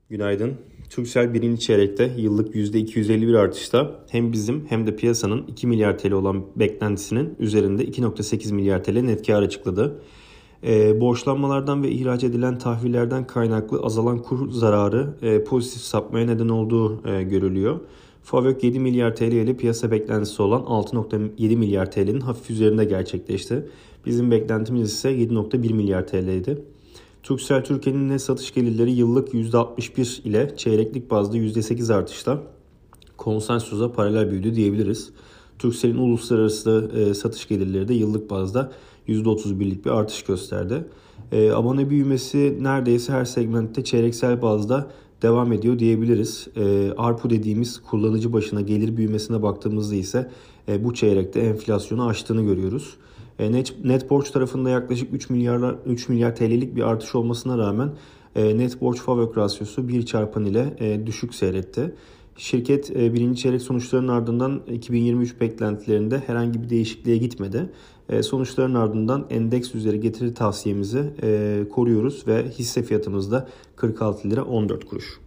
Günaydın. Turkcell birinci çeyrekte yıllık %251 artışta hem bizim hem de piyasanın 2 milyar TL olan beklentisinin üzerinde 2,8 milyar TL net kar açıkladı. Borçlanmalardan ve ihraç edilen tahvillerden kaynaklı azalan kur zararı pozitif sapmaya neden olduğu görülüyor. FAVÖK 7 milyar TL ile piyasa beklentisi olan 6,7 milyar TL'nin hafif üzerinde gerçekleşti. Bizim beklentimiz ise 7,1 milyar TL'ydi. Turkcell Türkiye'nin net satış gelirleri yıllık %61 ile çeyreklik bazda %8 artışla konsensusa paralel büyüdü diyebiliriz. Turkcell'in uluslararası satış gelirleri de yıllık bazda %31'lik bir artış gösterdi. Abone büyümesi neredeyse her segmentte çeyreksel bazda devam ediyor diyebiliriz. ARPU dediğimiz kullanıcı başına gelir büyümesine baktığımızda ise bu çeyrekte enflasyonu aştığını görüyoruz. Net borç tarafında yaklaşık 3 milyar TL'lik bir artış olmasına rağmen net borç FAVÖK rasyosu 1 çarpan ile düşük seyretti. Şirket birinci çeyrek sonuçlarının ardından 2023 beklentilerinde herhangi bir değişikliğe gitmedi. Sonuçların ardından endeks üzeri getiri tavsiyemizi koruyoruz ve hisse fiyatımız da 46 lira 14 kuruş.